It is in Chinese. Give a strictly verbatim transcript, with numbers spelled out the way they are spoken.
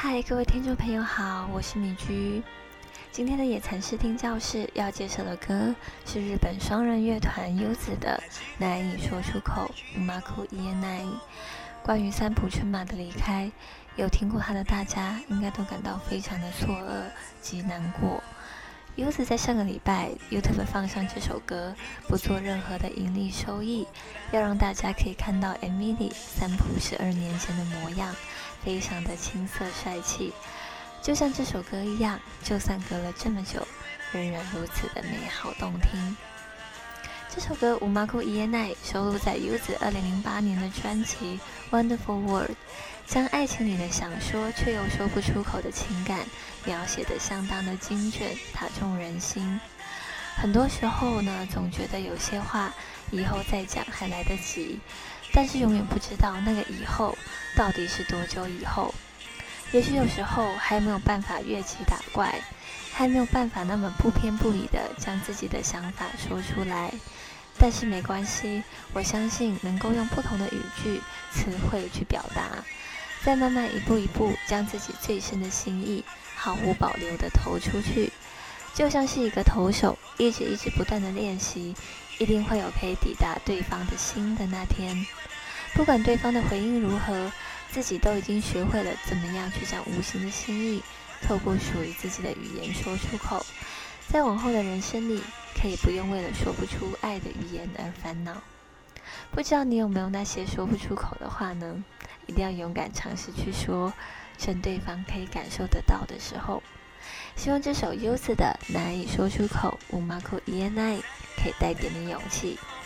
嗨，各位听众朋友好，我是米居。今天的野餐视听教室要介绍的歌是日本双人乐团优子的《难以说出口》Umaku Ienai。关于三浦春马的离开，有听过他的大家应该都感到非常的错愕及难过。优子在上个礼拜 YouTube 放上这首歌，不做任何的盈利收益，要让大家可以看到 M V 里三浦十二年前的模样，非常的青涩帅气，就像这首歌一样，就算隔了这么久，仍然如此的美好动听。这首歌《Umaku Ienai》收录在优子二零零八年的专辑《Wonderful World》，将爱情里的想说却又说不出口的情感描写得相当的精准，打中人心。很多时候呢，总觉得有些话以后再讲还来得及，但是永远不知道那个以后到底是多久以后。也许有时候还没有办法越级打怪，还没有办法那么不偏不倚地将自己的想法说出来，但是没关系，我相信能够用不同的语句、词汇去表达，再慢慢一步一步将自己最深的心意毫无保留地投出去，就像是一个投手，一直一直不断地练习，一定会有可以抵达对方的心的那天。不管对方的回应如何，自己都已经学会了怎么样去将无形的心意透过属于自己的语言说出口，在往后的人生里，可以不用为了说不出爱的语言而烦恼。不知道你有没有那些说不出口的话呢？一定要勇敢尝试去说，趁对方可以感受得到的时候。希望这首优子的难以说出口 Umaku Ienai 可以带给你勇气。